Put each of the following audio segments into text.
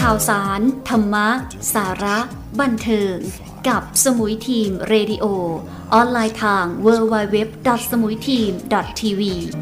ข่าวสารธรรมะสาระบันเทิงกับสมุยทีมเรดิโอออนไลน์ทาง www.samuiteam.tv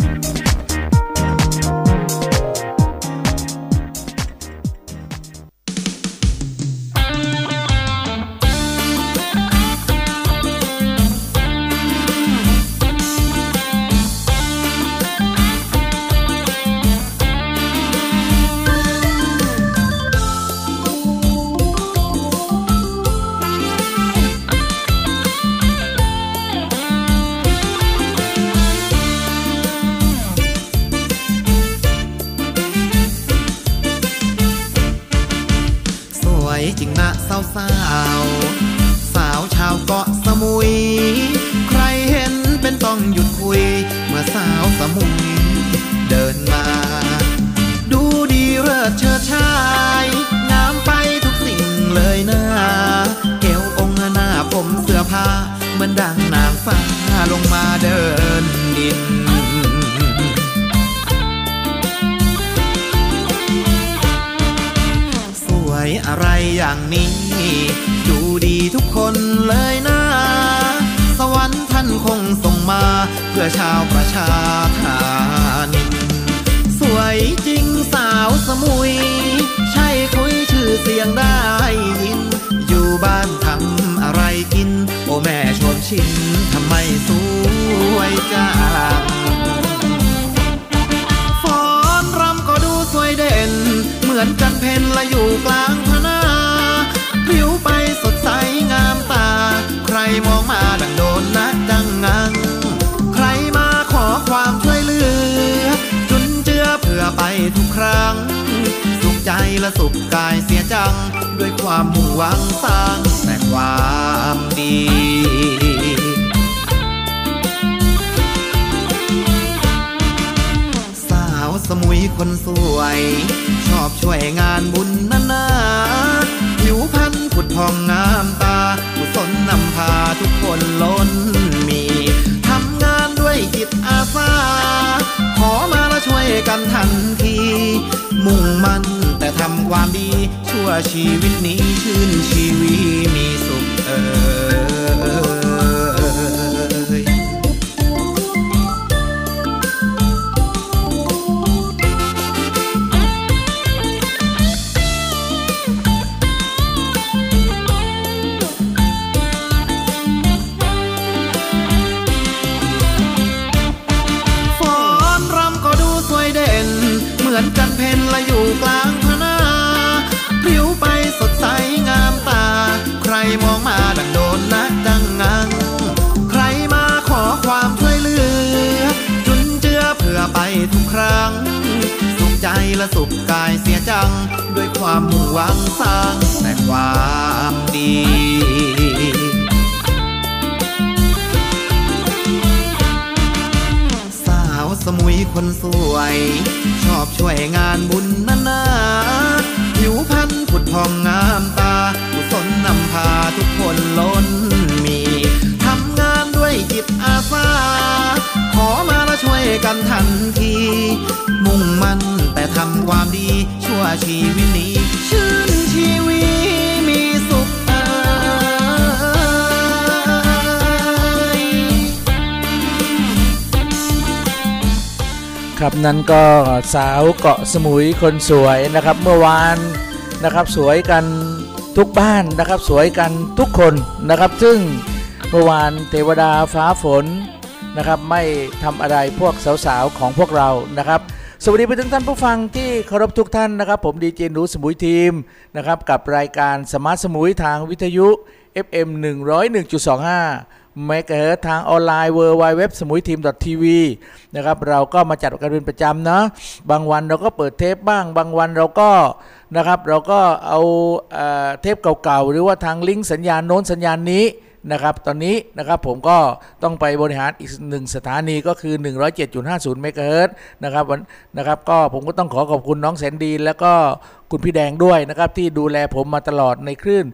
จริงนะสาวชาวเกาะสมุยใครเห็นเป็นต้องหยุดคุยเมื่อสาวสมุยเดินมาดูดีเลิศเชิดชายงามไปทุกสิ่งเลยนะเอวองค์หน้าผมเสื้อผ้าเหมือนดังนางฟ้าลงมาเดินดินอะไรอย่างนี้ดูดีทุกคนเลยนะสวรรค์ท่านคงส่งมาเพื่อชาวประชาธานีสวยจริงสาวสมุยใช่คุยชื่อเสียงได้ยินอยู่บ้านทำอะไรกินโอ้แม่ชมชินทำไมสวยจังฟ้อนรำก็ดูสวยเด่นเหมือนจันเพ็ญละอยู่กลางพนาผิวไปสดใสงามตาใครมองมาดังโดนนักดังงังใครมาขอความช่วยเหลือจุนเจือเพื่อไปทุกครั้งสุขใจและสุขกายเสียจังด้วยความมุ่งหวังสร้างแต่ความดีสมุยคนสวยชอบช่วยงานบุญนาผิวพรรณผุดผ่องงามตากุศลนำพาทุกคนล้นมีทำงานด้วยจิตอาสาขอมาแล้วช่วยกันทันทีมุ่งมั่นแต่ทำความดีชั่วชีวิตนี้ชื่นชีวีมีสุขเหมือนจันเพ็ญละอยู่กลางพนาผิวไปสดใสงามตาใครมองมาดังโดนนักดังงังใครมาขอความช่วยเหลือจุนเจือเพื่อไปทุกครั้งสุขใจและสุขกายเสียจังด้วยความมุ่งหวังสร้างแต่ความดีสมุยคนสวยชอบช่วยงานบุญนาผิวพรรณผุดผ่องงามตากุศลนำพาทุกคนล้นมีทำงานด้วยจิตอาสาขอมาแล้วช่วยกันทันทีมุ่งมั่นแต่ทำความดีชั่วชีวิตนี้ชื่นชีวิตมีสุขครับนั่นก็สาวเกาะสมุยคนสวยนะครับเมื่อวานนะครับสวยกันทุกบ้านนะครับสวยกันทุกคนนะครับซึ่งเมื่อวานเทวดาฟ้าฝนนะครับไม่ทำอะไรพวกสาวๆของพวกเรานะครับสวัสดีไปถึงท่านผู้ฟังที่เคารพทุกท่านนะครับผมดีเจนูสมุยทีมนะครับกับรายการสมาร์ทสมุยทางวิทยุ FM 101.25เมกะเฮิรตซ์ทางออนไลน์ www.samuiteam.tv นะครับเราก็มาจัดกันเป็นประจำเนาะบางวันเราก็เปิดเทปบ้างบางวันเราก็นะครับเราก็เอาเทปเก่าๆหรือว่าทางลิงก์สัญญาณโน้นสัญญาณนี้นะครับตอนนี้นะครับผมก็ต้องไปบริหารอีก1สถานีก็คือ 107.50 เมกะเฮิรตซ์นะครับก็ผมก็ต้องขอขอบคุณน้องแสนดีแล้วก็คุณพี่แดงด้วยนะครับที่ดูแลผมมาตลอดในคลื่น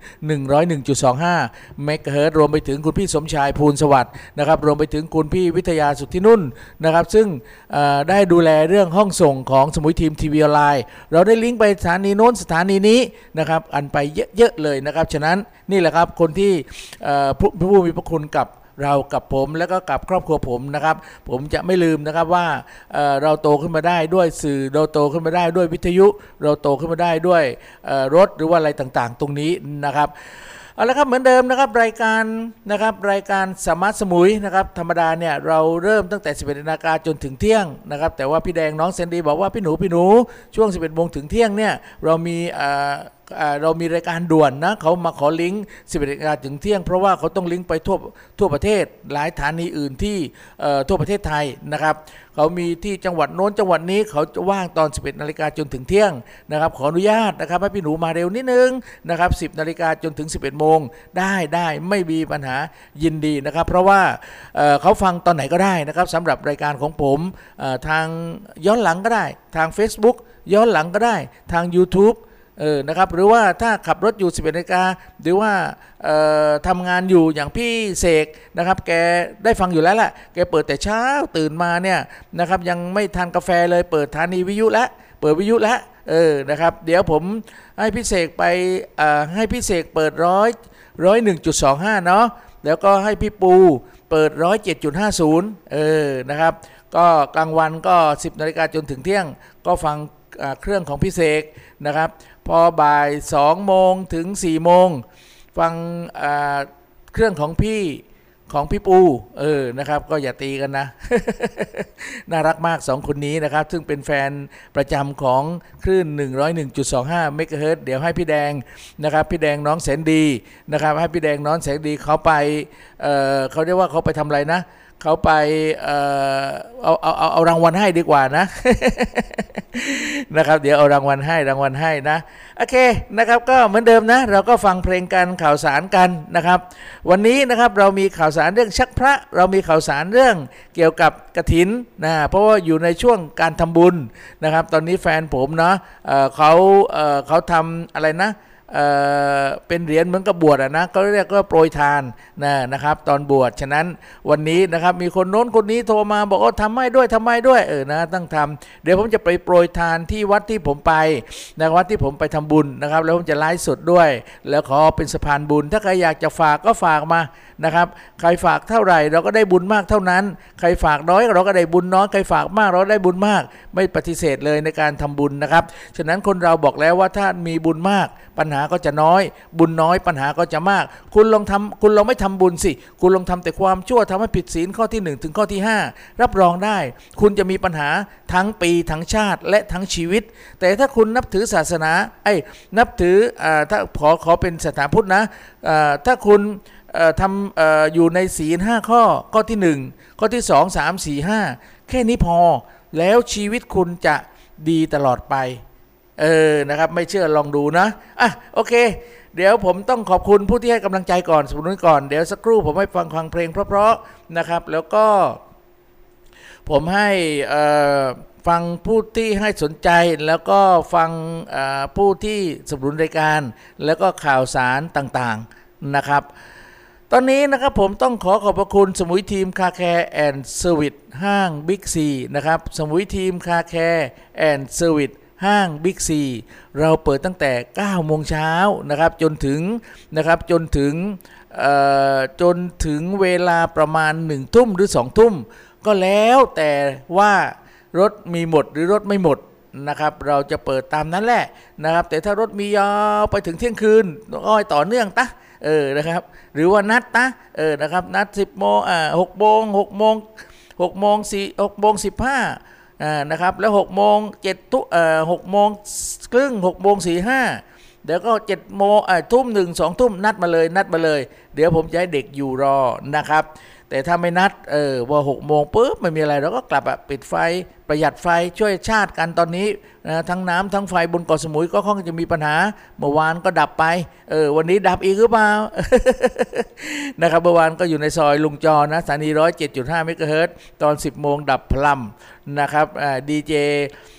101.25 เมกะเฮิรตซ์รวมไปถึงคุณพี่สมชายภูลสวัสดิ์นะครับรวมไปถึงคุณพี่วิทยาสุทธินุ่นนะครับซึ่งได้ดูแลเรื่องห้องส่งของสมุยทีมทีวีออนไลน์เราได้ลิงก์ไปสถานีโน้นสถานีนี้นะครับอันไปเยอะๆเลยนะครับฉะนั้นนี่แหละครับคนที่ผู้มีพระคุณกับเรากับผมและก็กับครอบครัวผมนะครับผมจะไม่ลืมนะครับว่าเราโตขึ้นมาได้ด้วยสื่อเราโตขึ้นมาได้ด้วยวิทยุเราโตขึ้นมาได้ด้วยรถหรือว่าอะไรต่างๆตรงนี้นะครับเอาละครับเหมือนเดิมนะครับรายการสมาร์ทสมุยนะครับธรรมดาเนี่ยเราเริ่มตั้งแต่ 11 นาฬิกาจนถึงเที่ยงนะครับแต่ว่าพี่แดงน้องเซนดีบอกว่าพี่หนูช่วง 11 โมงถึงเที่ยงเนี่ยเรามีรายการด่วนนะเขามาขอลิงก์ 11 นาฬิกาถึงเที่ยงเพราะว่าเขาต้องลิงก์ไปทั่วประเทศหลายสถานีอื่นที่ทั่วประเทศไทยนะครับเขามีที่จังหวัดโน้นจังหวัดนี้เขาจะว่างตอน 11 นาฬิกาจนถึงเที่ยงนะครับขออนุญาตนะครับให้พี่หนูมาเร็วนิดนึงนะครับ 10 นาฬิกาจนถึง 11 โมงได้ไม่มีปัญหายินดีนะครับเพราะว่าเขาฟังตอนไหนก็ได้นะครับสำหรับรายการของผมทางย้อนหลังก็ได้ทาง Facebook ย้อนหลังก็ได้ทาง YouTubeนะครับหรือว่าถ้าขับรถอยู่ 11 นาฬิกาหรือว่าทำงานอยู่อย่างพี่เสกนะครับแกได้ฟังอยู่แล้วแหละแกเปิดแต่เช้าตื่นมาเนี่ยนะครับยังไม่ทานกาแฟเลยเปิดสถานีวิทยุแล้วนะครับเดี๋ยวผมให้พี่เสกไปให้พี่เสกเปิด101.25เนาะแล้วก็ให้พี่ปูเปิด107.50นะครับก็กลางวันก็ 10 นาฬิกาจนถึงเที่ยงก็ฟังเครื่องของพี่เสกนะครับพอบ่าย 2 โมงถึง 4 โมงฟังเครื่องของพี่ปูนะครับก็อย่าตีกันนะ น่ารักมาก2คนนี้นะครับซึ่งเป็นแฟนประจำของคลื่น 101.25 เมกะเฮิรตซ์เดี๋ยวให้พี่แดงนะครับพี่แดงน้องแสนดีนะครับให้พี่แดงน้องแสนดีเขาไปเขาเรียกว่าเขาไปทำอะไรนะเขาไปเอารางวัลให้ดีกว่านะ นะครับเดี๋ยวเอารางวัลให้นะโอเคนะครับก็เหมือนเดิมนะเราก็ฟังเพลงกันข่าวสารกันนะครับวันนี้นะครับเรามีข่าวสารเรื่องชักพระเรามีข่าวสารเรื่องเกี่ยวกับกฐินนะเพราะว่าอยู่ในช่วงการทำบุญนะครับตอนนี้แฟนผมนะเขาทำอะไรนะเป็นเหรียญเหมือนกับบวชนะก็เรียกว่าโปรยทานนะครับตอนบวชฉะนั้นวันนี้นะครับมีคนโน้นคนนี้โทรมาบอกว่าทำให้ด้วยนะต้องทำเดี๋ยวผมจะไปโปรยทานที่วัดที่ผมไปนะวัดที่ผมไปทำบุญนะครับแล้วผมจะไลฟ์สดด้วยแล้วขอเป็นสะพานบุญถ้าใครอยากจะฝากก็ฝากมานะครับใครฝากเท่าไหร่เราก็ได้บุญมากเท่านั้นใครฝากน้อยเราก็ได้บุญน้อยใครฝากมากเราได้บุญมากไม่ปฏิเสธเลยในการทำบุญนะครับฉะนั้นคนเราบอกแล้วว่าถ้ามีบุญมากปัญหาก็จะน้อยบุญน้อยปัญหาก็จะมากคุณลองไม่ทำบุญสิคุณลองทำแต่ความชั่วทำให้ผิดศีลข้อที่1ถึงข้อที่5รับรองได้คุณจะมีปัญหาทั้งปีทั้งชาติและทั้งชีวิตแต่ถ้าคุณนับถือศาสนานับถือถ้าขอเป็นศาสนาพุทธนะถ้าคุณทำอยู่ในศีล5ข้อที่1ข้อที่2 3 4 5แค่นี้พอแล้วชีวิตคุณจะดีตลอดไปนะครับไม่เชื่อลองดูนะโอเคเดี๋ยวผมต้องขอบคุณผู้ที่ให้กำลังใจก่อนสมมุติก่อนเดี๋ยวสักครู่ผมให้ฟังเพลงเพราะๆนะครับแล้วก็ผมให้ฟังผู้ที่ให้สนใจแล้วก็ฟังผู้ที่สนับสนุนรายการแล้วก็ข่าวสารต่างๆนะครับตอนนี้นะครับผมต้องขอบพระคุณสมุยทีมคาแคร์แอนด์เซอร์วิสห้างบิ๊กซีนะครับสมุยทีมคาแคร์แอนด์เซอร์วิสห้างบิ๊กซีเราเปิดตั้งแต่ 9 โมงเช้านะครับจนถึงเวลาประมาณ 1 ทุ่มหรือ 2 ทุ่มก็แล้วแต่ว่ารถมีหมดหรือรถไม่หมดนะครับเราจะเปิดตามนั้นแหละนะครับแต่ถ้ารถมียาวไปถึงเที่ยงคืนก็ต่อเนื่องนะครับหรือว่านัดนะครับนัด 10 โมง6 โมง 15นะครับแล้ว6 โมง 6 โมงครึ่ง 6 โมง 45เดี๋ยวก็7 โมงทุ่ม 1 2 ทุ่มนัดมาเลยเดี๋ยวผมจะให้เด็กอยู่รอนะครับแต่ถ้าไม่นัดว่า6 โมงปุ๊บไม่มีอะไรเราก็กลับปิดไฟประหยัดไฟช่วยชาติกันตอนนี้ทั้งน้ำทั้งไฟบนเกาะสมุยก็ค่อนข้างจะมีปัญหาเมื่อวานก็ดับไปวันนี้ดับอีกหรือเปล่า นะครับเมื่อวานก็อยู่ในซอยลุงจอนะสถานี 107.5 เมกะเฮิรตซ์ตอน 10 โมงดับพลัมนะครับดีเจ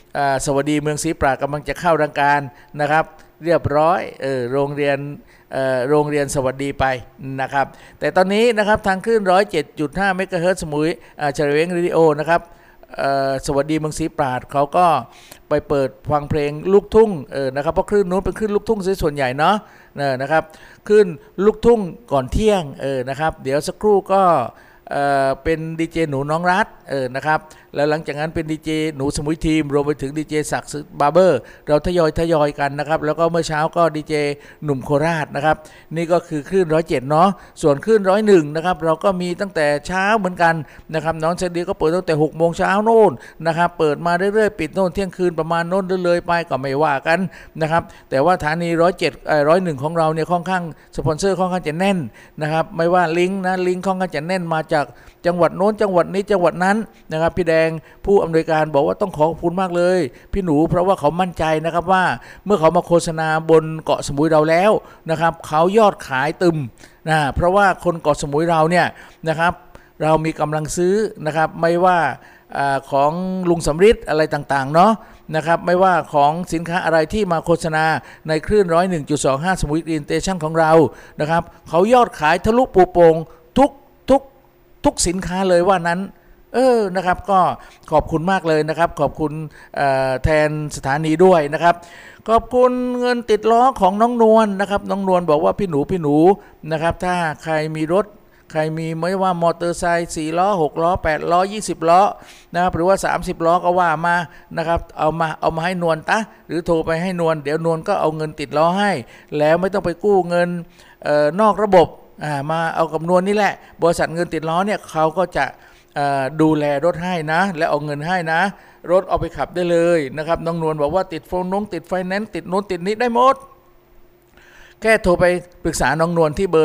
สวัสดีเมืองศรีปราชญ์กำลังจะเข้ารังการนะครับเรียบร้อยโรงเรียนสวัสดีไปนะครับแต่ตอนนี้นะครับทางคลื่น 107.5 เมกะเฮิรตซ์สมุยเฉลียวเรดิโอนะครับสวัสดีเมืองศรีปราชญ์เขาก็ไปเปิดฟังเพลงลูกทุ่งนะครับเพราะคลื่นนู้นเป็นคลื่นลูกทุ่งส่วนใหญ่เนาะนะครับคลื่นลูกทุ่งก่อนเที่ยงนะครับเดี๋ยวสักครู่ก็เป็นดีเจหนูน้องรัฐนะครับแล้วหลังจากนั้นเป็นดีเจหนูสมุยทีมรวมไปถึงดีเจศักดิ์บาร์เบอร์เราทยอยกันนะครับแล้วก็เมื่อเช้าก็ดีเจหนุ่มโคราชนะครับนี่ก็คือคลื่น107เนาะส่วนคลื่น101นะครับเราก็มีตั้งแต่เช้าเหมือนกันนะครับน้องเซนดีก็เปิดตั้งแต่6 โมงเช้าโน่นนะครับเปิดมาเรื่อยๆปิดโน่นเที่ยงคืนประมาณโน่นเลยไปก็ไม่ว่ากันนะครับแต่ว่าสถานี101ของเราเนี่ยค่อนข้างสปอนเซอร์ค่อนข้างจะแน่นนะครับไม่ว่าลิงก์ค่อนข้างจะแน่นมาจากจังหวัดโน้นจังหวัดนี้จังหวัดนั้นนะครับพี่แดงผู้อำนวยการบอกว่าต้องขอบคุณมากเลยพี่หนูเพราะว่าเขามั่นใจนะครับว่าเมื่อเขามาโฆษณาบนเกาะสมุยเราแล้วนะครับเขายอดขายตึมเพราะว่าคนเกาะสมุยเราเนี่ยนะครับเรามีกำลังซื้อนะครับไม่ว่าของลุงสำริดอะไรต่างๆเนาะนะครับไม่ว่าของสินค้าอะไรที่มาโฆษณาในคลื่น 101.25 สมุยอินเตชั่นของเรานะครับเขายอดขายทะลุปูโป่งทุกสินค้าเลยว่านั้นนะครับก็ขอบคุณมากเลยนะครับขอบคุณแทนสถานีด้วยนะครับขอบคุณเงินติดล้อของน้องนวลนะครับน้องนวลบอกว่าพี่หนูนะครับถ้าใครมีรถใครมีไม่ว่ามอเตอร์ไซค์4 ล้อ6 ล้อ8 ล้อ20 ล้อนะครับหรือว่า30 ล้อก็ว่ามานะครับเอามาให้นวลตะหรือโทรไปให้นวลเดี๋ยวนวลก็เอาเงินติดล้อให้แล้วไม่ต้องไปกู้เงินนอกระบบมาเอากับนวลนี่แหละบริษัทเงินติดล้อเนี่ยเขาก็จะดูแลรถให้นะและเอาเงินให้นะรถเอาไปขับได้เลยนะครับน้องนวลบอกว่าติดโฟนติดไฟแนนซ์ติดโน้นติดนี้ได้หมดแค่โทรไปปรึกษาน้องนวลที่เบอร์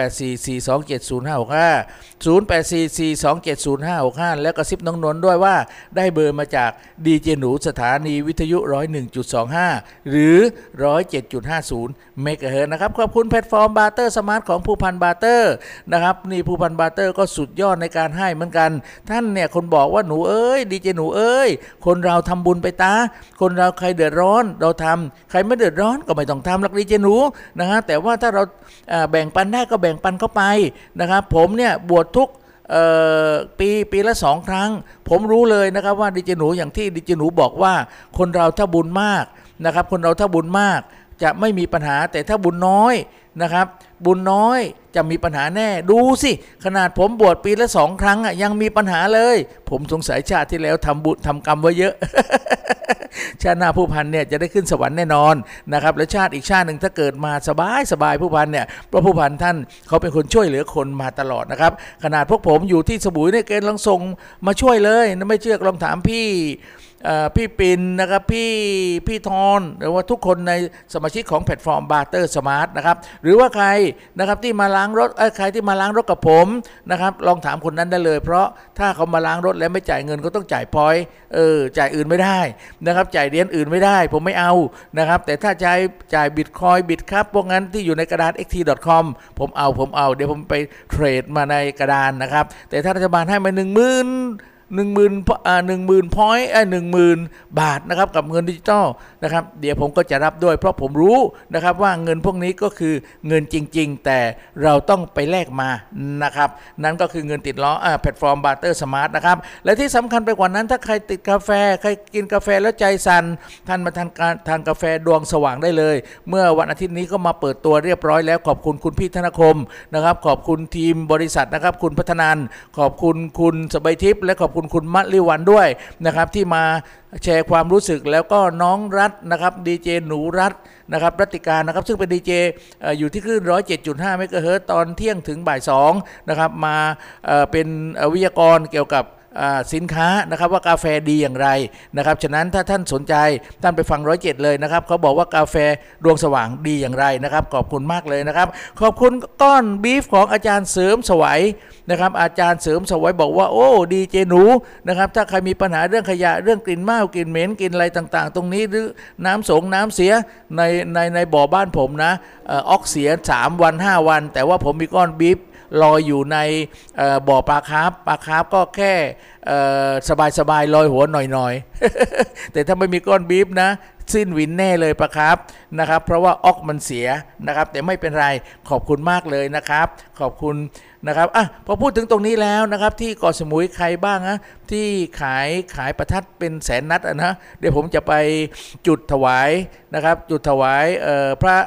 0844270565 0844270565 แล้วก็ซิปน้องนวลด้วยว่าได้เบอร์มาจากดีเจหนูสถานีวิทยุ 101.25 หรือ 107.50 เมกะเฮิรตซ์นะครับขอบคุณแพลตฟอร์มบาร์เตอร์สมาร์ทของภูพันธ์บาร์เตอร์นะครับนี่ภูพันธ์บาร์เตอร์ก็สุดยอดในการให้เหมือนกันท่านเนี่ยคนบอกว่าหนูเอ้ยดีเจหนูเอ้ยคนเราทำบุญไปตาคนเราใครเดือดร้อนเราทำใครไม่เดือดร้อนก็ไม่ต้องทำหลักดีเจหนูนะฮะแต่ว่าถ้าเราแบ่งปันได้ก็แบ่งปันเข้าไปนะครับผมเนี่ยบวชทุกปีละ2 ครั้งผมรู้เลยนะครับว่าดีเจหนูอย่างที่ดีเจหนูบอกว่าคนเราถ้าบุญมากนะครับคนเราถ้าบุญมากจะไม่มีปัญหาแต่ถ้าบุญน้อยนะครับบุญน้อยจะมีปัญหาแน่ดูสิขนาดผมบวชปีละ2 ครั้งยังมีปัญหาเลยผมสงสัยชาติที่แล้วทำบุญทำกรรมไว้เยอะ ชาติหน้าผู้พันเนี่ยจะได้ขึ้นสวรรค์แน่นอนนะครับและชาติอีกชาติหนึ่งถ้าเกิดมาสบายผู้พันเนี่ยเพราะผู้พันท่านเขาเป็นคนช่วยเหลือคนมาตลอดนะครับขนาดพวกผมอยู่ที่สมุยเนี่ยเกณฑ์ลังส่งมาช่วยเลยนะไม่เชื่อลองถามพี่ปินนะครับพี่ทอนหรือว่าทุกคนในสมาชิกของแพลตฟอร์มบาร์เตอร์สมาร์ทนะครับหรือว่าใครนะครับที่มาล้างรถใครที่มาล้างรถกับผมนะครับลองถามคนนั้นได้เลยเพราะถ้าเขามาล้างรถแล้วไม่จ่ายเงินก็ต้องจ่ายพอยต์จ่ายอื่นไม่ได้นะครับจ่ายเหรียญอื่นไม่ได้ผมไม่เอานะครับแต่ถ้าจ่ายบิตคอยบิตครับพวกนั้นที่อยู่ในกระดาน xt.com ผมเอาเดี๋ยวผมไปเทรดมาในกระดานนะครับแต่ถ้ารัฐบาลให้มา10,000 พอยต์10,000 บาทนะครับกับเงินดิจิตอลนะครับเดี๋ยวผมก็จะรับด้วยเพราะผมรู้นะครับว่าเงินพวกนี้ก็คือเงินจริงๆแต่เราต้องไปแลกมานะครับนั่นก็คือเงินติดล้อแพลตฟอร์มบาร์เตอร์สมาร์ทนะครับและที่สำคัญไปกว่านั้นถ้าใครติดกาแฟใครกินกาแฟแล้วใจสั่นท่านมาทานกาแฟดวงสว่างได้เลยเมื่อวันอาทิตย์นี้ก็มาเปิดตัวเรียบร้อยแล้วขอบคุณคุณพี่ธนคมนะครับขอบคุณทีมบริษัทนะครับคุณพัฒนานขอบคุณคุณสบายทิพย์และขอบคุณมัดลิวันด้วยนะครับที่มาแชร์ความรู้สึกแล้วก็น้องรัฐนะครับดีเจหนูรัฐนะครับรัติการนะครับซึ่งเป็นดีเจอยู่ที่คลื่น 107.5 เมกะเฮิรตซ์ตอนเที่ยงถึงบ่าย 2นะครับมาเป็นวิทยากรเกี่ยวกับสินค้านะครับว่ากาแฟดีอย่างไรนะครับฉะนั้นถ้าท่านสนใจท่านไปฟัง107เลยนะครับเขาบอกว่ากาแฟดวงสว่างดีอย่างไรนะครับขอบคุณมากเลยนะครับขอบคุณก้อนบีฟของอาจารย์เสริมสวัยนะครับอาจารย์เสริมสวัยบอกว่าโอ้ดีเจหนูนะครับถ้าใครมีปัญหาเรื่องขยะเรื่องกลิ่นเม้ากลิ่นเหม็นกลิ่นอะไรต่างๆตรงนี้หรือน้ำเสียในบ่อบ้านผมนะออกเสีย3 วัน 5 วันแต่ว่าผมมีก้อนบีฟลอยอยู่ในบ่อปลาคาร์ฟก็แค่สบายลอยหัวหน่อยๆ แต่ถ้าไม่มีก้อนบีฟนะสิ้นวินแน่เลยปะครับนะครับเพราะว่าออกมันเสียนะครับแต่ไม่เป็นไรขอบคุณมากเลยนะครับขอบคุณนะครับพอพูดถึงตรงนี้แล้วนะครับที่เกาะสมุยใครบ้างนะที่ขายประทัดเป็นแสนนัดนะเดี๋ยวผมจะไปจุดถวายนะครับจุดถวายพระ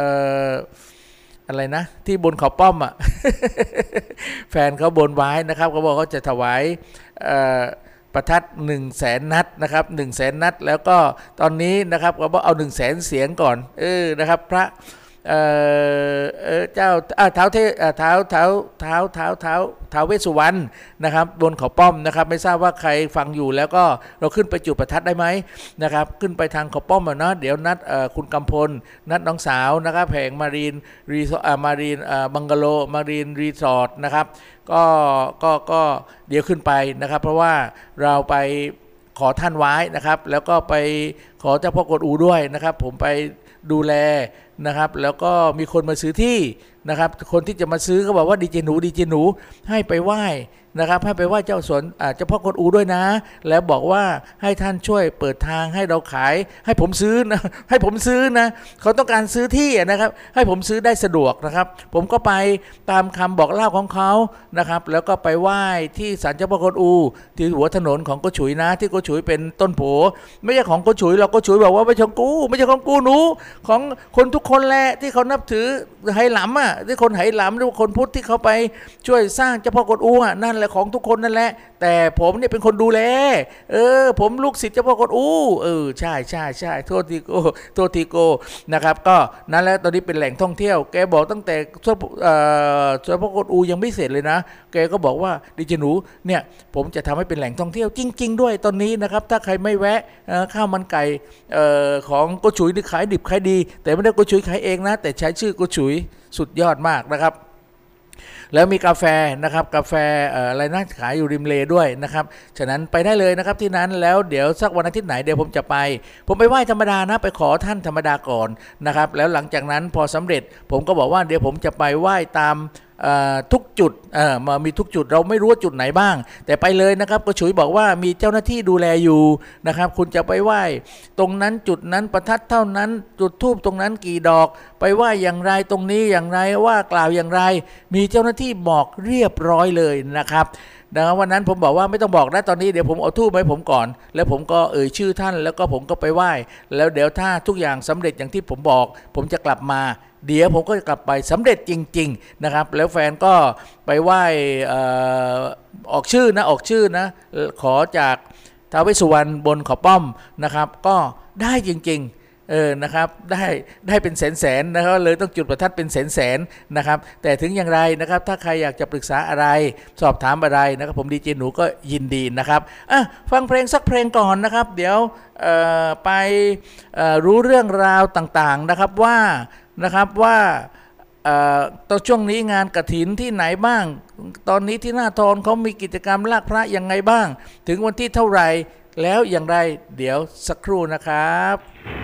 อะไรนะที่บนเขาป้อมอ่ะ แฟนเขาบนไว้นะครับเขาบอกเขาจะถวายประทัด100,000 นัดนะครับ100,000 นัดแล้วก็ตอนนี้นะครับก็บอกเอา100,000 เสียงก่อนนะครับพระเจ้าท้าวเวสสุวรรณนะครับบนเขาป้อมนะครับไม่ทราบว่าใครฟังอยู่แล้วก็เราขึ้นไปจุดประทัดได้ไหมนะครับขึ้นไปทางเขาป้อมเนาะเดี๋ยวนัดคุณกำพลนัดน้องสาวนะครับแผงมารีนบังกะโลมารีนรีสอร์ทนะครับก็เดี๋ยวขึ้นไปนะครับเพราะว่าเราไปขอท่านไว้นะครับแล้วก็ไปขอเจ้าพ่อกวนอูด้วยนะครับผมไปดูแลนะครับแล้วก็มีคนมาซื้อที่นะครับคนที่จะมาซื้อก็บอกว่าดีเจหนูให้ไปไหว้นะครับให้ไปไหว้เจ้าสวนเจ้าพ่อกวนอูด้วยนะแล้วบอกว่าให้ท่านช่วยเปิดทางให้เราขายให้ผมซื้อนะให้ผมซื้อนะเขาต้องการซื้อที่นะครับให้ผมซื้อได้สะดวกนะครับผมก็ไปตามคำบอกเล่าของเขานะครับแล้วก็ไปไหว้ที่ศาลเจ้าพ่อกวนอูที่หัวถนนของโกฉุยนะที่โกฉุยเป็นต้นโผไม่ใช่ของโกฉุยเราโกฉุยบอกว่าไม่ใช่ของกูหนูของคนทุกคนแหละที่เขานับถือไหหลำอ่ะที่คนไหหลำหรือคนพุทธที่เขาไปช่วยสร้างเจ้าพ่อกวนอูอ่ะนั่นแหละของทุกคนนั่นแหละแต่ผมเนี่ยเป็นคนดูแลผมลูกศิษย์เจ้าพ่อกวนอูใช่โทษทีโกนะครับก็นั่นแหละตอนนี้เป็นแหล่งท่องเที่ยวแกบอกตั้งแต่เจ้าพ่อกวนอูยังไม่เสร็จเลยนะแกก็บอกว่าดิเจหนูเนี่ยผมจะทำให้เป็นแหล่งท่องเที่ยวจริงๆด้วยตอนนี้นะครับถ้าใครไม่แวะข้าวมันไก่ของโกฉุยนี่ขายดิบขายดีแต่ไม่ได้โกฉุยขายเองนะแต่ใช้ชื่อโกฉุยสุดยอดมากนะครับแล้วมีกาแฟนะครับกาแฟอะไรนะขายอยู่ริมเลด้วยนะครับฉะนั้นไปได้เลยนะครับที่นั้นแล้วเดี๋ยวสักวันอาทิตย์ไหนเดี๋ยวผมจะไปไหว้ธรรมดานะไปขอท่านธรรมดาก่อนนะครับแล้วหลังจากนั้นพอสำเร็จผมก็บอกว่าเดี๋ยวผมจะไปไหว้ตามทุกจุดมามีทุกจุดเราไม่รู้ว่าจุดไหนบ้างแต่ไปเลยนะครับกระฉุยบอกว่ามีเจ้าหน้าที่ดูแลอยู่นะครับคุณจะไปไหว้ตรงนั้นจุดนั้นประทัดเท่านั้นจุดธูปตรงนั้นกี่ดอกไปไหว้อย่างไรตรงนี้อย่างไรว่ากล่าวอย่างไรมีเจ้าหน้าที่บอกเรียบร้อยเลยนะครับดังนั้นวันนั้นผมบอกว่าไม่ต้องบอกนะตอนนี้เดี๋ยวผมเอาธูปไว้ผมก่อนแล้วผมก็ชื่อท่านแล้วก็ผมก็ไปไหว้แล้วเดี๋ยวถ้าทุกอย่างสำเร็จอย่างที่ผมบอกผมจะกลับมาเดี๋ยวผมก็จะกลับไปสำเร็จจริงๆนะครับแล้วแฟนก็ไปไหว้ออกชื่อนะขอจากท้าวเวสสุวรรณบนเขาป้อมนะครับก็ได้จริงๆนะครับได้เป็นแสนนะครับเลยต้องจุดประทัดเป็นแสนนะครับแต่ถึงอย่างไรนะครับถ้าใครอยากจะปรึกษาอะไรสอบถามอะไรนะครับผมดีเจหนูก็ยินดีนะครับฟังเพลงสักเพลงก่อนนะครับเดี๋ยวไปรู้เรื่องราวต่างๆนะครับว่าตอนช่วงนี้งานกฐินที่ไหนบ้างตอนนี้ที่หน้าทอนเขามีกิจกรรมลากพระยังไงบ้างถึงวันที่เท่าไหร่แล้วอย่างไรเดี๋ยวสักครู่นะครับ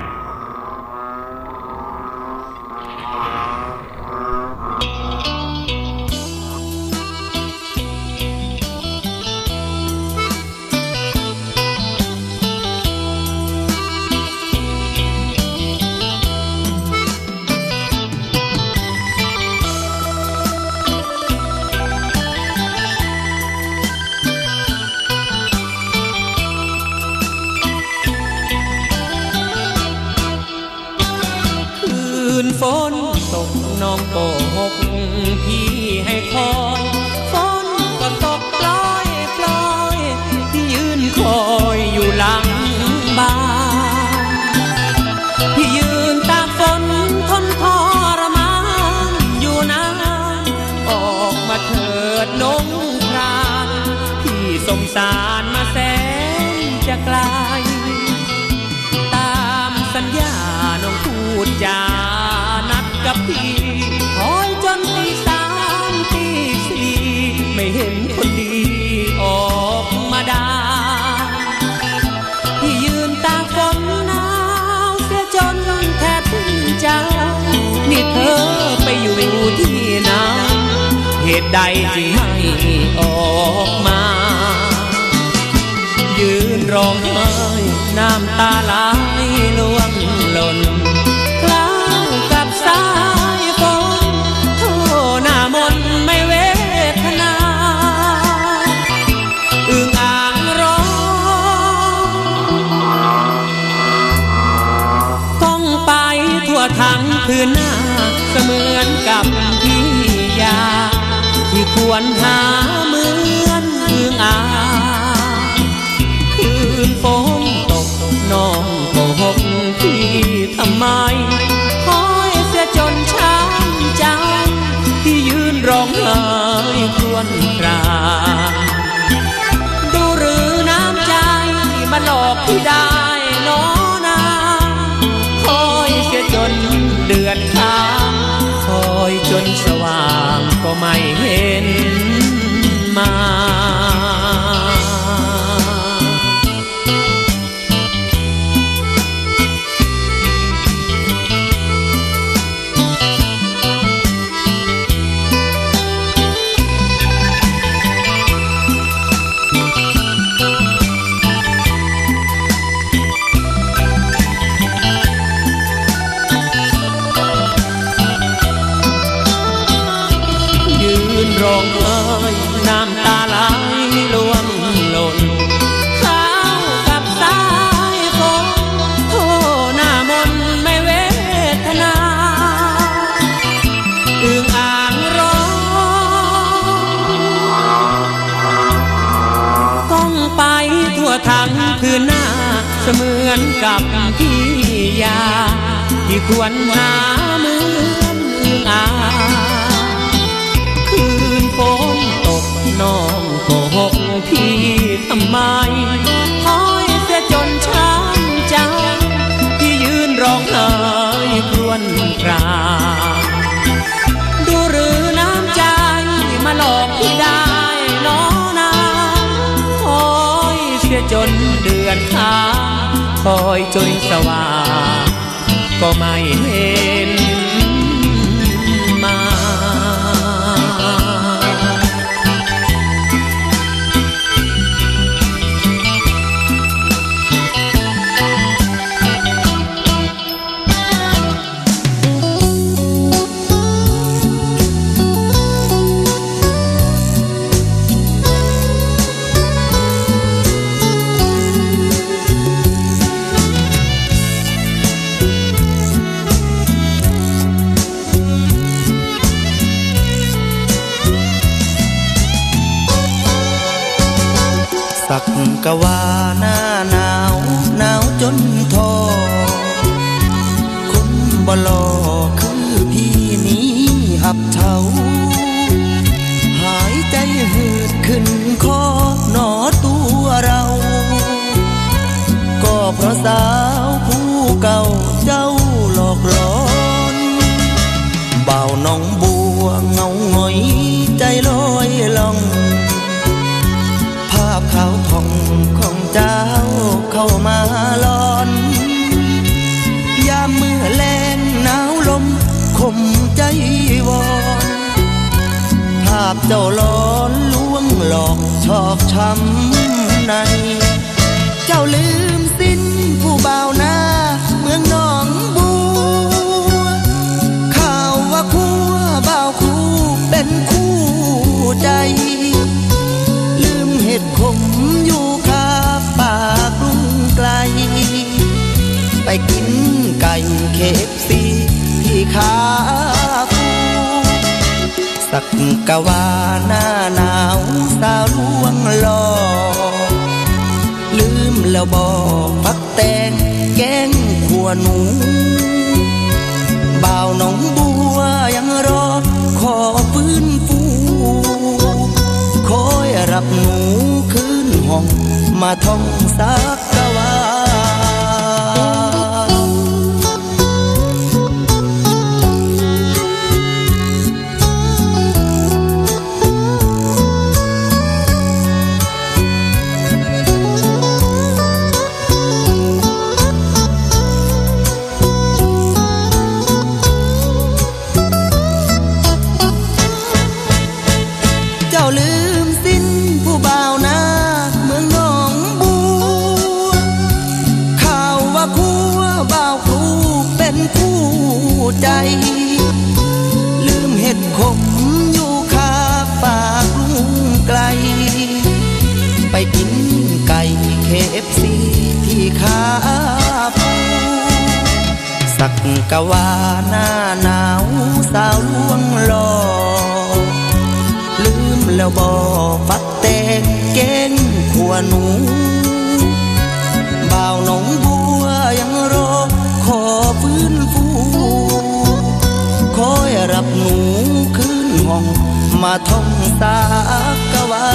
ฝนตกน้องโกหกพี่ให้คอยฝนก็ตกปล่อยพี่ยืนคอยอยู่หลังบ้านพี่ยืนตากฝนทนทรมานอยู่นานออกมาเถิดน้องพรานพี่สงสารมาแสนจะไกลตามสัญญาน้องพูดจากับพี่คอยจนตี3 ตี 4ไม่เห็นคนดีออกมาได้พี่ยืนตากฝนหนาวเสียจนแทบสิ้นใจนี่เธอไปอยู่ที่ไหนเหเหตุใดจึงไม่ออกมายืนร้องไห้น้ำตาไหลล่วงหล่นคล้ายกับสายฝนโทหน้ามนไม่เวทนาอึ่งอ่างร้องต้องไปทั่วทั้งพื้นหน้าเสมือนกับพี่ยาที่ควรหาเหมือนอึ่งอ่างคืนฝนตกน้องโกหกพี่ทำไมคอยเสียจนช้ำใจที่ยืนร้องไห้ครวญครางดูหรือน้ำใจมาหลอกพี่ได้น้อนาคอยเสียจนเดือนค้างคอยจนสว่างก็ไม่เห็นมาร้องไห้น้ำตาไหลล่วงหล่นเข้ากับสายฝนโทหน้ามนไม่เวทนาอึ่งอ่างร้องต้องไปทั่วทั้งพื้นหน้าเสมือนกับพี่ยาที่ควรหาเหมือนอึ่งอ่างฝนตกน้องโกหกพี่ทำไมคอยเสียจนช้ำใจที่ยืนร้องไห้ครวญครางดูหรือน้ำใจมาหลอกพี่ได้น้อนาคอยเสียจนเดือนค้างคอยจนสว่างก็ไม่เห็นมาสักกะว่าหน้าหนาวหนาวจนทอคนบ่หล่อคือพี่นี้อับเฉาหายใจหืดขึ้นคอหนอตัวเราก็เพราะสาวผู้เก่าเจ้าหลอกหลอนบ่าวน้องบัวเงาหงอยใจลอยล่องภาพขาวผ่องของเจ้าเข้ามาลอนยามเมื่อแลงหนาวลมคมใจวอนภาพเจ้าล้อนลวงหลอกชอกช้ำในเจ้าลืมสิ้นผู้บ่าวหน้าเมืองหนองบัวข่าวว่าคู่บ่าวคู่เป็นคู่ใจเห็ดขมอยู่คาป่ากรุงไกลไปกินไก่เคฟซีที่ขาคูสักกะว่าหน้าหนาวสาวลวงหลอกลืมแล้วบอกพักแตงแกงขัวหนูบ่าวน้องบัวยังรอขอฟื้นฟูคอยรับหนูคืนห้องมาท่องสักกะว่าใจลืมเห็ดขมอยู่คาฝากลุงไกลไปกินไก่ KFC ที่ขาปูสักกะว่าหน้าหนาวสาวลวงหล่อลืมแล้วบ่ฟักแตงแกงขัวหนูบ่าวหนองบัวยังรอขอฟื้นฟูคอยรับหนูขึ้นห้องมาท่องสากะว่า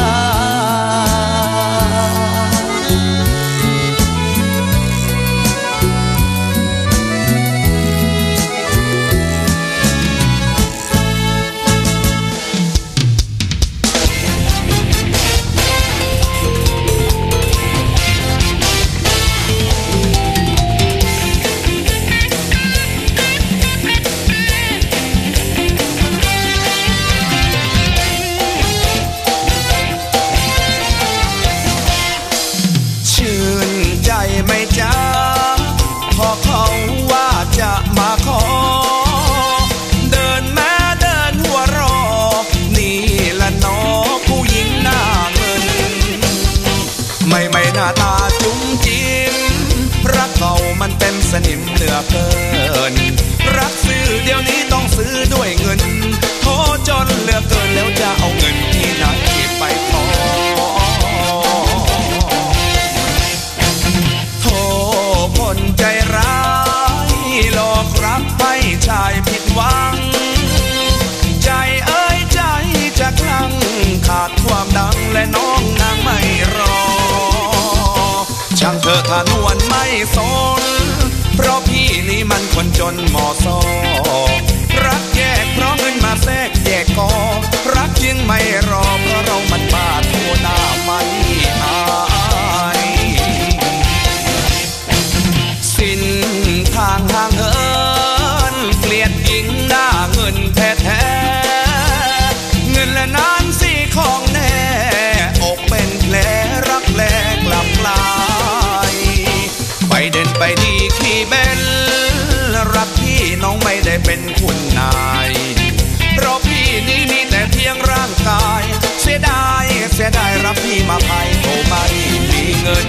มันเต็มสนิมเหลือเกินรักซื้อเดี๋ยวนี้ต้องซื้อด้วยเงินโทจนเหลือเกินแล้วจะเอาเงินที่ไหนไปพอโทคนใจร้ายหลอกรักให้ชายผิดหวังใจเอ้ยใจจะคลั่งขาดความดังและน้องนางไม่รอช่างเธอทานวนไม่สนเพราะพี่นี่มันคนจนหมอซอรักแยกเพราะเงินมาแทรกแยกกอรักยังไม่รอเพราะเรามันบ้าทั่วหน้าไม่อายสิ้นทางห่างเหินเกลียดหญิงหน้าเงินแท้ๆเงินและนั้นสิของแน่อกเป็นแผลรักแลกลับลาไปเด่นไปดีขี่เบนรักพี่น้องไม่ได้เป็นคุณนายเพราะพี่นี้มีแต่เพียงร่างกายเสียดายรับพี่มาภัยโตไม่มีเงิน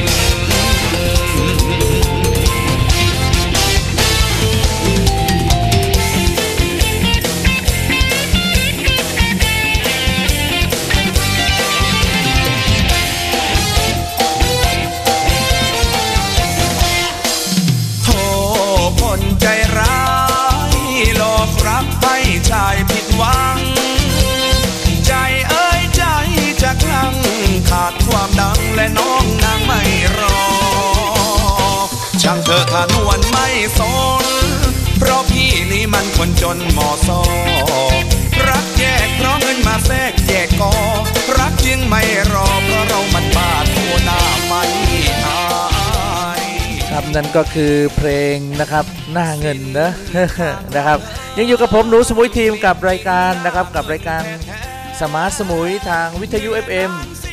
ใจร้ายหลอกรักให้ชายผิดหวังใจเอ้ยใจจะคลั่งขาดความดังและน้องนางไม่รอช่างเธอทานวนไม่สนเพราะพี่นี่มันคนจนหมอซอรักแยกเพราะเงินมาแทรกแยกกอรักจึงไม่รอเพราะเรามันบ้าทั่วหน้าไม่อายครับนั่นก็คือเพลงนะครับหน้าเงินนะ นะครับยังอยู่กับผมหนูสมุยทีมกับรายการนะครับกับรายการสมาร์ทสมุยทางวิทยุ FM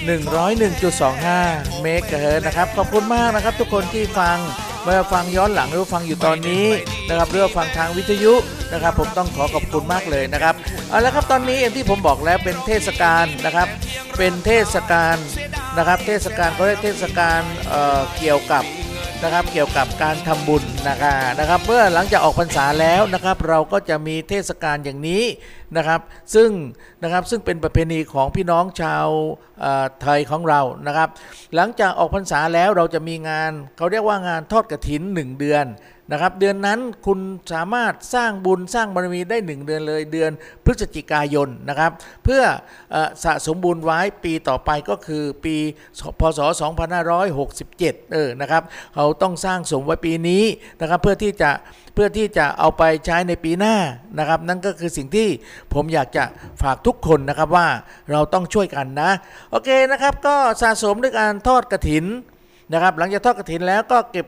101.25 เมกะเฮิรตซ์นะครับขอบคุณมากนะครับทุกคนที่ฟังไม่ว่าฟังย้อนหลังหรือฟังอยู่ตอนนี้นะครับหรือฟังทางวิทยุนะครับผมต้องขอบคุณมากเลยนะครับเอาละครับตอนนี้อย่างที่ผมบอกแล้วเป็นเทศกาลนะครับเป็นเทศกาลนะครับเทศกาลก็ได้เทศกาลเกี่ยวกับการทำบุญนะครับเมื่อหลังจากออกพรรษาแล้วนะครับเราก็จะมีเทศกาลอย่างนี้นะครับซึ่งเป็นประเพณีของพี่น้องชาวไทยของเรานะครับหลังจากออกพรรษาแล้วเราจะมีงานเขาเรียกว่างานทอดกฐิน1เดือนนะครับเดือนนั้นคุณสามารถสร้างบุญสร้างบารมีได้1เดือนเลยเดือนพฤศจิกายนนะครับเพื่อสะสมบุญไว้ปีต่อไปก็คือปีพศ2567นะครับเขาต้องสร้างสมไว้ปีนี้นะครับเพื่อที่จะเอาไปใช้ในปีหน้านะครับนั่นก็คือสิ่งที่ผมอยากจะฝากทุกคนนะครับว่าเราต้องช่วยกันนะโอเคนะครับก็สะสมด้วยการทอดกฐินนะครับหลังจากทอดกฐินแล้วก็เก็บ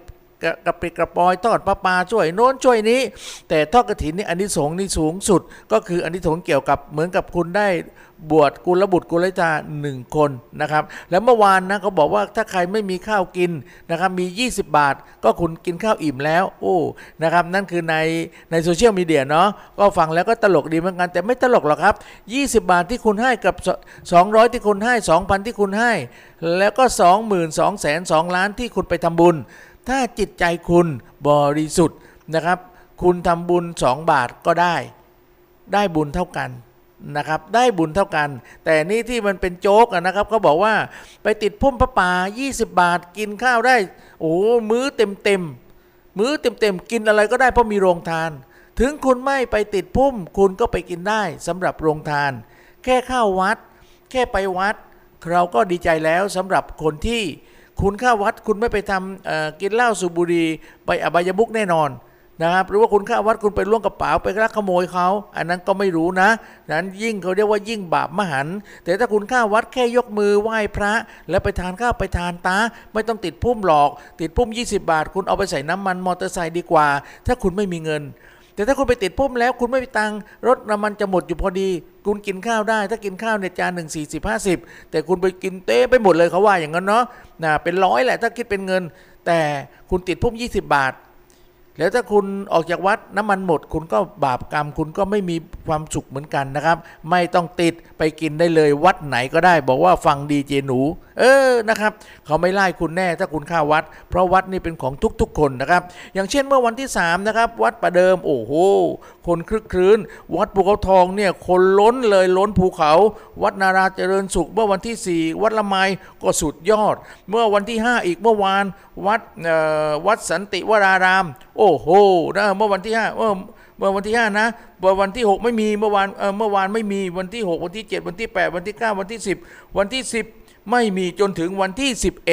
กระปิดกระปอยทอดประปาช่วยโน้นช่วยนี้แต่ทอดกฐินนี่อานิสงส์นี่สูงสุดก็คืออานิสงส์เกี่ยวกับเหมือนกับคุณได้บวชกุลบุตรกุลธิดา1 คนนะครับแล้วเมื่อวานนะเขาบอกว่าถ้าใครไม่มีข้าวกินนะครับมี20 บาทก็คุณกินข้าวอิ่มแล้วโอ้นะครับนั่นคือในโซเชียลมีเดียเนาะก็ฟังแล้วก็ตลกดีเหมือนกันแต่ไม่ตลกหรอกครับ20 บาทที่คุณให้กับ200ที่คุณให้ 2,000 ที่คุณให้แล้วก็ 22,200,002 ล้านที่คุณไปทำบุญถ้าจิตใจคุณบริสุทธิ์นะครับคุณทำบุญ2 บาทก็ได้บุญเท่ากันนะครับได้บุญเท่ากันแต่นี่ที่มันเป็นโจ๊กนะครับเขาบอกว่าไปติดพุ่มพระป่า20 บาทกินข้าวได้โอ้มื้อเต็มกินอะไรก็ได้เพราะมีโรงทานถึงคุณไม่ไปติดพุ่มคุณก็ไปกินได้สำหรับโรงทานแค่เข้าวัดแค่ไปวัดเราก็ดีใจแล้วสำหรับคนที่คุณเข้าวัดคุณไม่ไปทำกินเหล้าสูบบุหรี่ไปอบายมุขแน่นอนนะครับหรือว่าคุณเข้าวัดคุณไปล้วงกระเป๋าไปลักขโมยเขาอันนั้นก็ไม่รู้นะนั้นยิ่งเขาเรียกว่ายิ่งบาปมหันต์แต่ถ้าคุณเข้าวัดแค่ยกมือไหว้พระแล้วไปทานข้าวไปทานตาไม่ต้องติดพุ่มหรอกติดพุ่ม20 บาทคุณเอาไปใส่น้ำมันมอเตอร์ไซค์ดีกว่าถ้าคุณไม่มีเงินแต่ถ้าคุณไปติดพุ่มแล้วคุณไม่มีตังค์รถน้ำมันจะหมดอยู่พอดีคุณกินข้าวได้ถ้ากินข้าวในจาน1 40-50แต่คุณไปกินเต้ไปหมดเลยเขาว่าอย่างนั้นเนาะเป็น100แหละถ้าคิดเป็นเงินแต่คุณติดพุ่ม20 บาทแล้วถ้าคุณออกจากวัดน้ำมันหมดคุณก็บาปกรรมคุณก็ไม่มีความสุขเหมือนกันนะครับไม่ต้องติดไปกินได้เลยวัดไหนก็ได้บอกว่าฟังดีเจหนูนะครับเขาไม่ไล่คุณแน่ถ้าคุณเข้าวัดเพราะวัดนี่เป็นของทุกๆคนนะครับอย่างเช่นเมื่อวันที่3นะครับวัดประเดิมโอ้โหคนคลึกครื้นวัดภูเขาทองเนี่ยคนล้นเลยล้นภูเขาวัดนาราเจริญสุขเมื่อวันที่4วัดละไมก็สุดยอดเมื่อวันที่5อีกเมื่อวานวัดสันติวรารามโอ้โหนะเมื่อวันที่5เมื่อวันที่5นะเมื่อวันที่6ไม่มีเมื่อวานไม่มีวันที่6วันที่7วันที่8วันที่9วันที่10วันที่10ไม่มีจนถึงวันที่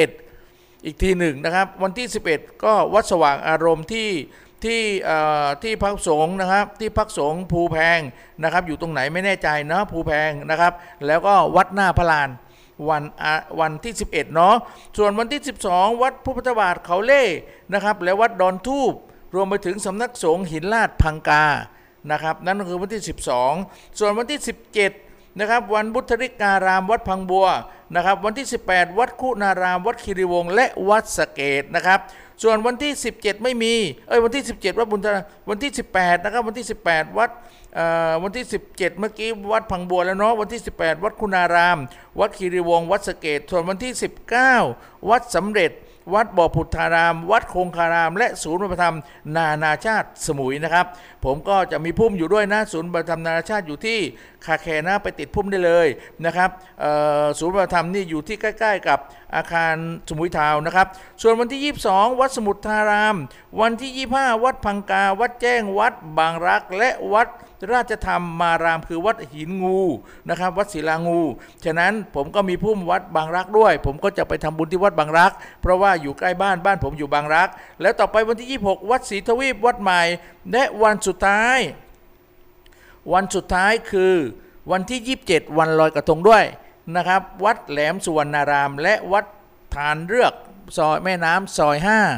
11อีกทีหนึ่งนะครับวันที่11ก็วัดสว่างอารมณ์ที่พักสงฆ์นะครับที่พักสงฆ์ภูแพงนะครับอยู่ตรงไหนไม่แน่ใจนะภูแพงนะครับแล้วก็วัดหน้าพระลานวันที่11เนาะส่วนวันที่12วัดพระพุทธบาทเขาเล่นะครับและวัดดอนทูบรวมไปถึงสำนักสงฆ์หินลาดพังกานะครับนั่นก็คือวันที่12ส่วนวันที่17นะครับวันบุตริการามวัดพังบัวนะครับวันที่18วัดคุณารามวัดคีรีวงศ์และวัดสะเกษนะครับส่วนวันที่17ไม่มีวันที่17วัดบุญธาวันที่18นะครับวันที่18วัดวันที่17เมื่อกี้วัดพังบัวแล้วเนาะวันที่18วัดคุณารามวัดคีรีวงศ์วัดสะเกษส่วนวันที่19วัดสำเร็จวัดบ่อผุดธารามวัดคงคารามและศูนย์ปฏิบัติธรรมนานาชาติสมุยนะครับผมก็จะมีพุ่มอยู่ด้วยนะศูนย์ปฏิบัติธรรมนานาชาติอยู่ที่คาแคนะไปติดพุ่มได้เลยนะครับศูนย์ปฏิบัติธรรมนี่อยู่ที่ใกล้ๆกับอาคารสมุยทาวน์นะครับส่วนวันที่22วัดสมุทรธารามวันที่25วัดพังกาวัดแจ้งวัดบางรักและวัดราชธรรมมารามคือวัดหินงูนะครับวัดศิลางูฉะนั้นผมก็มีพุ่มวัดบางรักด้วยผมก็จะไปทำบุญที่วัดบางรักเพราะว่าอยู่ใกล้บ้านผมอยู่บางรักแล้วต่อไปวันที่26วัดศรีทวีปวัดใหม่และวันสุดท้ายคือวันที่27วันลอยกระทงด้วยนะครับวัดแหลมสุวรรณารามและวัดฐานเรือกซอยแม่น้ำซอย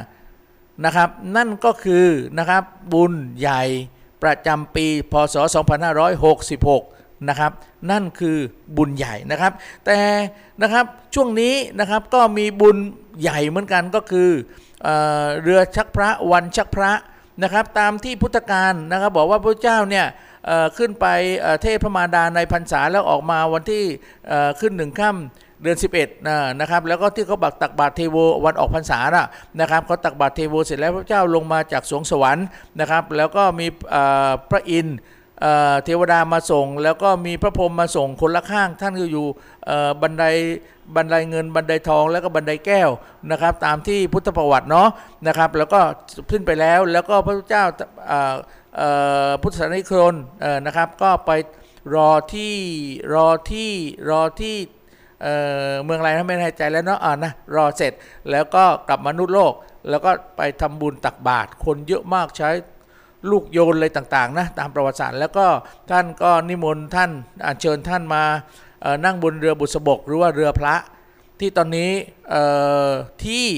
5นะครับนั่นก็คือนะครับบุญใหญ่ประจำปีพ.ศ. 2566นะครับนั่นคือบุญใหญ่นะครับแต่นะครับช่วงนี้นะครับก็มีบุญใหญ่เหมือนกันก็คือเรือชักพระวันชักพระนะครับตามที่พุทธกาลนะครับบอกว่าพระเจ้าเนี่ยขึ้นไปเทศพระมารดาในพรรษาแล้วออกมาวันที่ขึ้น1 ค่ำเดือน11นะครับแล้วก็ที่เขาตักบาตรเทโววันออกพรรษานะครับเขาตักบาตรเทโวเสร็จแล้วพระเจ้าลงมาจากสวงสวรรค์นะครับแล้วก็มีพระอินทร์เทวดามาส่งแล้วก็มีพระพรหมมาส่งคนละข้างท่านก็อยู่บันไดเงินบันไดทองแล้วก็บันไดแก้วนะครับตามที่พุทธประวัติเนาะนะครับแล้วก็ขึ้นไปแล้วก็พระเจ้าพุทธศาสนิกชนนะครับก็ไปรอที่เมืองอะไรนะไม่แน่ใจแล้วเนาะนะรอเสร็จแล้วก็กลับมนุษย์โลกแล้วก็ไปทำบุญตักบาตรคนเยอะมากใช้ลูกโยนอะไรต่างๆนะตามประวัติศาสตร์แล้วก็ท่านก็นิมนต์ท่านเชิญท่านมานั่งบนเรือบุษบกหรือว่าเรือพระที่ตอนนี้ที่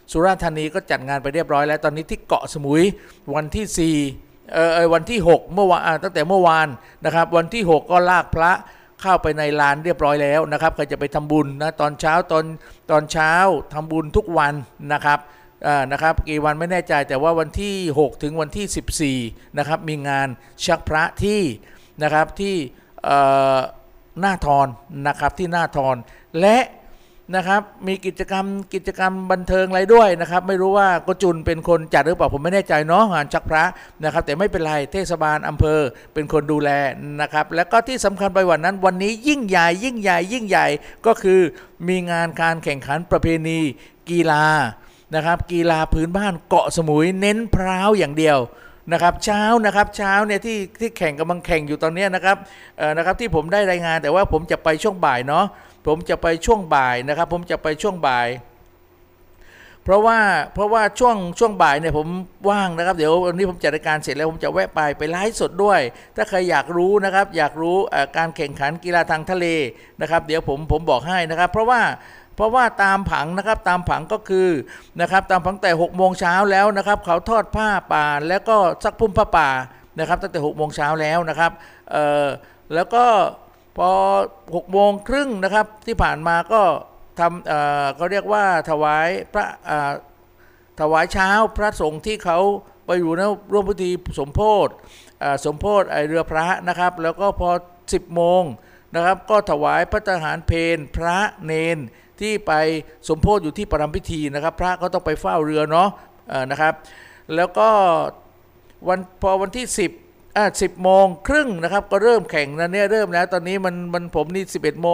สุราษฎร์ธานีก็จัดงานไปเรียบร้อยแล้วตอนนี้ที่เกาะสมุยวันที่4วันที่6เมื่อวานตั้งแต่เมื่อวานนะครับวันที่6ก็ลากพระเข้าไปในลานเรียบร้อยแล้วนะครับใครจะไปทำบุญนะตอนเช้าทำบุญทุกวันนะครับกี่วันไม่แน่ใจแต่ว่าวันที่6ถึงวันที่14นะครับมีงานชักพระที่นะครับที่หน้าทอนนะครับที่หน้าทอนและนะครับมีกิจกรรมบันเทิงอะไรด้วยนะครับไม่รู้ว่าโกจุนเป็นคนจัดหรือเปล่าผมไม่แน่ใจเนาะงานชักพระนะครับแต่ไม่เป็นไรเทศบาลอำเภอเป็นคนดูแลนะครับแล้วก็ที่สำคัญไปกว่านั้นวันนี้ยิ่งใหญ่ก็คือมีงานการแข่งขันประเพณีกีฬานะครับกีฬาพื้นบ้านเกาะสมุยเน้นพร้าวอย่างเดียวนะครับเช้าเนี่ยที่แข่งกำลังแข่งอยู่ตอนนี้นะครับที่ผมได้รายงานแต่ว่าผมจะไปช่วงบ่ายเนาะผมจะไปช่วงบ่ายนะครับผมจะไปช่วงบ่ายเพราะว่าช่วงบ่ายเนี่ยผมว่างนะครับเดี๋ยววันนี้ผมจัดรายการเสร็จแล้วผมจะแวะไปไลฟ์สดด้วยถ้าใครอยากรู้นะครับอยากรู้การแข่งขันกีฬาทางทะเลนะครับเดี๋ยวผมบอกให้นะครับเพราะว่าตามผังนะครับตามผังก็คือนะครับตามผังแต่6 โมงเช้าแล้วนะครับเขาทอดผ้าป่าแล้วก็ซักพุ่มผ้าป่านะครับตั้งแต่6 โมงเช้าแล้วนะครับแล้วก็พอ6 โมงครึ่งนะครับที่ผ่านมาก็ทำเขาเรียกว่าถวายเช้าพระสงฆ์ที่เขาไปอยู่ในร่วมพิธีสมโภชเรือพระนะครับแล้วก็พอ10 โมงนะครับก็ถวายพระทหารเพลพระเนนที่ไปสมโภชอยู่ที่ประรำพิธีนะครับพระก็ต้องไปเฝ้าเรือเนาะนะครับแล้วก็พอวันที่10 โมงครึ่งนะครับก็เริ่มแข่งนะเนี่ยเริ่มแล้วตอนนี้มันผมนี่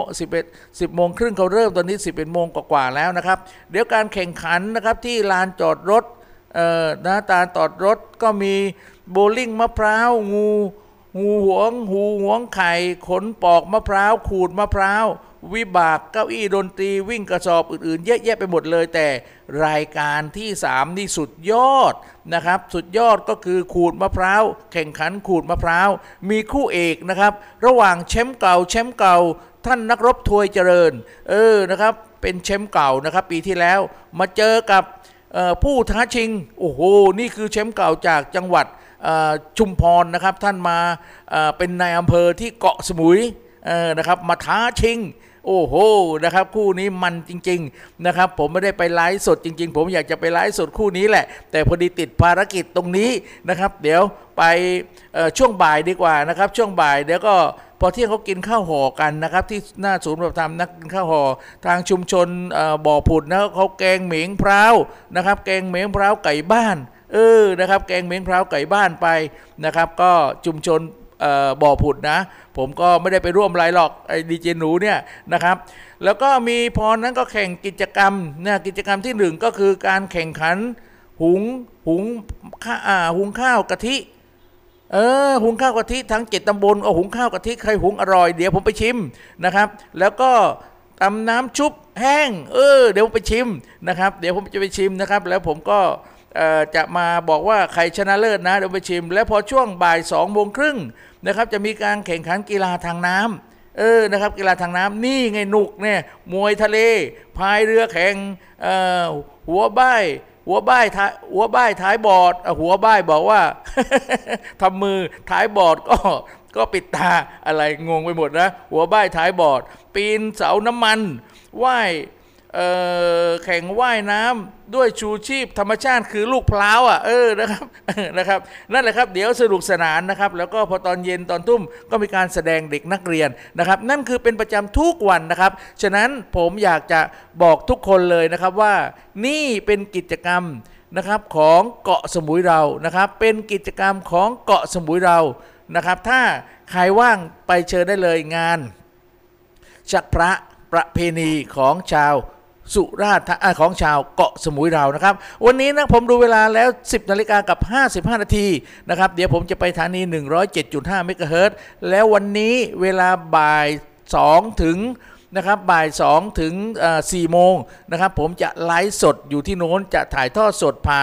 10 โมงครึ่งเขาเริ่มตอนนี้11 โมงกว่าแล้วนะครับเดี๋ยวการแข่งขันนะครับที่ลานจอดรถลานจอดรถก็มีโบลิ่งมะพร้าวงูหวงไข่ขนปอกมะพร้าวขูดมะพร้าววิบากเก้าอี้ดนตรีวิ่งกระสอบอื่นๆเยอะแยะไปหมดเลยแต่รายการที่3นี่สุดยอดนะครับสุดยอดก็คือขูดมะพร้าวแข่งขันขูดมะพร้าวมีคู่เอกนะครับระหว่างแชมป์เก่าท่านนักรบทวยเจริญนะครับเป็นแชมป์เก่านะครับปีที่แล้วมาเจอกับผู้ท้าชิงโอ้โหนี่คือแชมป์เก่าจากจังหวัดชุมพรนะครับท่านมาเป็นนายอำเภอที่เกาะสมุยนะครับมาท้าชิงโอ้โหนะครับคู่นี้มันจริงๆนะครับผมไม่ได้ไปไลฟ์สดจริงๆผมอยากจะไปไลฟ์สดคู่นี้แหละแต่พอดีติดภารกิจตรงนี้นะครับเดี๋ยวไปช่วงบ่ายดีกว่านะครับช่วงบ่ายเดี๋ยวก็พอเที่ยงเขากินข้าวห่อกันนะครับที่หน้าศูนย์ประทำนักกินข้าวห่อทางชุมชนบ่อผุดนะเขาแกงเหม็งพร้าวนะครับแกงเหม็งพร้าวไก่บ้านนะครับแกงเหม็งพร้าวไก่บ้านไปนะครับก็ชุมชนบ่อผุดนะผมก็ไม่ได้ไปร่วมไรหรอกไอ้ดีเจหนูเนี่ยนะครับแล้วก็มีพอนั้นก็แข่งกิจกรรมนะกิจกรรมที่1ก็คือการแข่งขันหุงข้าวกะทิหุงข้าวกะทิทั้ง7 ตำบลหุงข้าวกะทิใครหุงอร่อยเดี๋ยวผมไปชิมนะครับแล้วก็ตำน้ำชุบแห้งเดี๋ยวผมไปชิมนะครับเดี๋ยวผมจะไปชิมนะครับแล้วผมก็จะมาบอกว่าใครชนะเลิศนะเดี๋ยวไปชิมแล้วพอช่วงบ่าย2 โมงครึ่งนะครับจะมีการแข่งขันกีฬาทางน้ำนะครับกีฬาทางน้ำนี่ไงหนุกเนี่ยมวยทะเลพายเรือแข่งหัวบ้ายท้ายบอร์ดหัวบ้ายบอกว่า ทำมือท้ายบอร์ดก็ปิดตาอะไรงงไปหมดนะหัวบ้ายท้ายบอร์ดปีนเสาน้ำมันว่ายแข่งว่ายน้ำด้วยชูชีพธรรมชาติคือลูกพร้าวนะครับนั่นแหละครับเดี๋ยวสนุกสนานนะครับแล้วก็พอตอนเย็นตอนทุ่มก็มีการแสดงเด็กนักเรียนนะครับนั่นคือเป็นประจำทุกวันนะครับฉะนั้นผมอยากจะบอกทุกคนเลยนะครับว่านี่เป็นกิจกรรมนะครับของเกาะสมุยเรานะครับเป็นกิจกรรมของเกาะสมุยเรานะครับถ้าใครว่างไปเชิญได้เลยงานชักพระประเพณีของชาวสุราษฎร์ของชาวเกาะสมุยเรานะครับวันนี้นะผมดูเวลาแล้ว 10:55 นาทีนะครับเดี๋ยวผมจะไปสถานี 107.5 เมกะเฮิรตซ์แล้ววันนี้เวลาบ่าย2ถึงนะครับบ่าย2ถึง4 โมงนะครับผมจะไลฟ์สดอยู่ที่โน้นจะถ่ายทอดสดผ่าน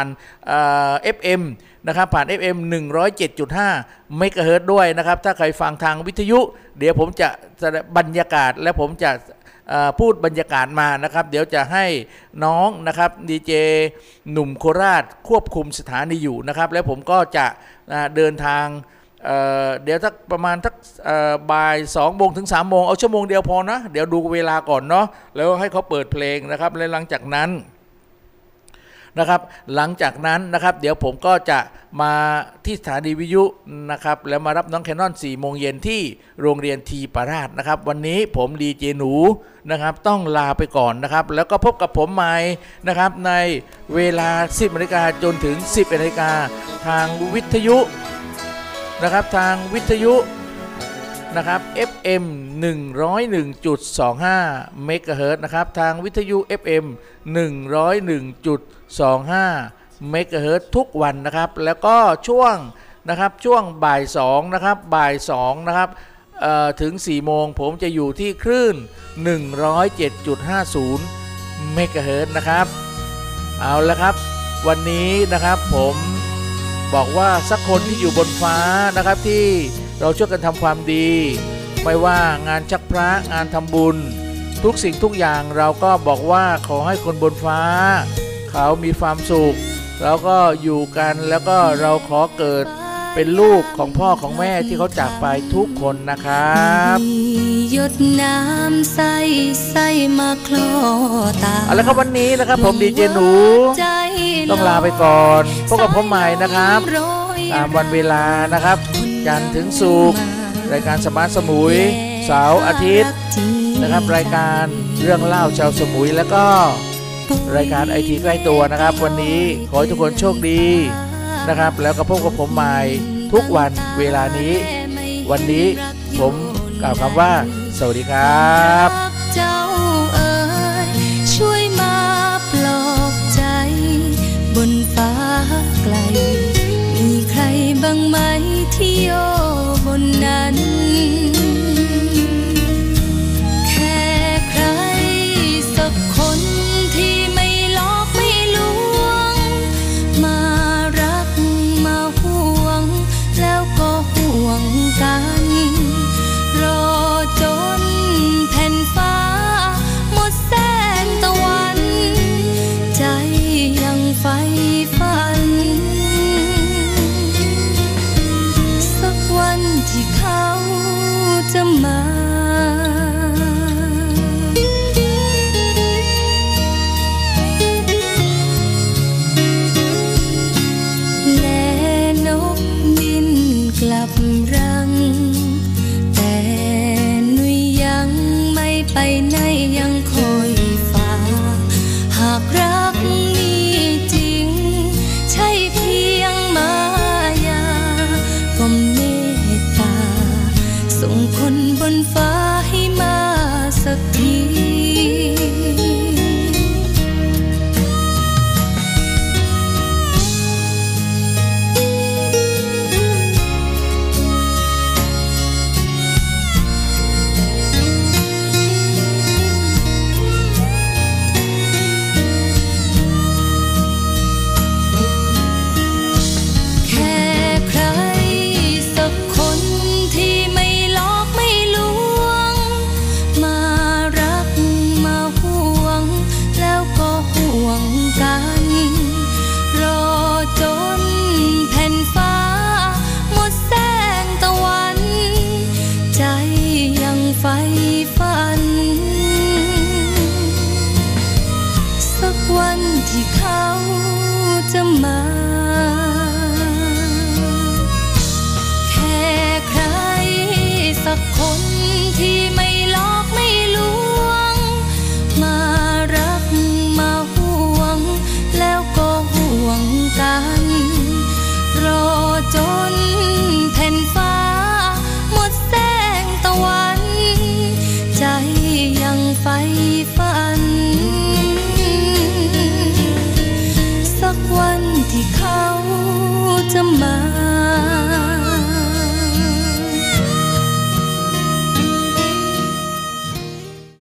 FM นะครับผ่าน FM 107.5 เมกะเฮิรตซ์ด้วยนะครับถ้าใครฟังทางวิทยุเดี๋ยวผมจะบรรยากาศและผมจะพูดบรรยากาศมานะครับเดี๋ยวจะให้น้องนะครับดีเจหนุ่มโคราชควบคุมสถานีอยู่นะครับแล้วผมก็จะเดินทางเดี๋ยวประมาณบ่าย2 โมงถึง3 โมงเอาชั่วโมงเดียวพอนะเดี๋ยวดูเวลาก่อนเนาะแล้วให้เขาเปิดเพลงนะครับและหลังจากนั้นนะครับเดี๋ยวผมก็จะมาที่สถานีวิทยุนะครับแล้วมารับน้องแคนนอน4 โมงเย็นที่โรงเรียนทีปราชนะครับวันนี้ผมดีเจหนูนะครับต้องลาไปก่อนนะครับแล้วก็พบกับผมใหม่นะครับในเวลา 10 นาฬิกาจนถึง 11 นาฬิกาทางวิทยุนะครับทางวิทยุนะครับ FM 101.25 เมกะเฮิรตซ์นะครับทางวิทยุ FM 101.25 เมกะเฮิรตซ์ทุกวันนะครับแล้วก็ช่วงบ่าย2นะครับบ่าย2นะครับถึง 4 โมงผมจะอยู่ที่คลื่น 107.50 เมกะเฮิรตซ์นะครับเอาละครับวันนี้นะครับผมบอกว่าสักคนที่อยู่บนฟ้านะครับที่เราช่วยกันทำความดีไม่ว่างานชักพระงานทำบุญทุกสิ่งทุกอย่างเราก็บอกว่าขอให้คนบนฟ้าเขามีความสุขแล้วก็อยู่กันแล้วก็เราขอเกิดเป็นลูกของพ่อของแม่ที่เขาจากไปทุกคนนะครับหยดน้ำใสมาคลอตาเอาละครับวันนี้นะครับผมดีเจหนูต้องลาไปก่อนพบกับผมใหม่นะครับตามวันเวลานะครับจันทร์ถึงศุกร์รายการสมาร์ทสมุยเสาร์อาทิตย์นะครับรายการเรื่องเล่าชาวสมุยแล้วก็รายการไอทีใกล้ตัวนะครับวันนี้ขอให้ทุกคนโชคดีนะครับแล้วก็พบกับผมใหม่ทุกวันเวลานี้วันนี้ผมกล่าวคำว่าสวัสดีครับ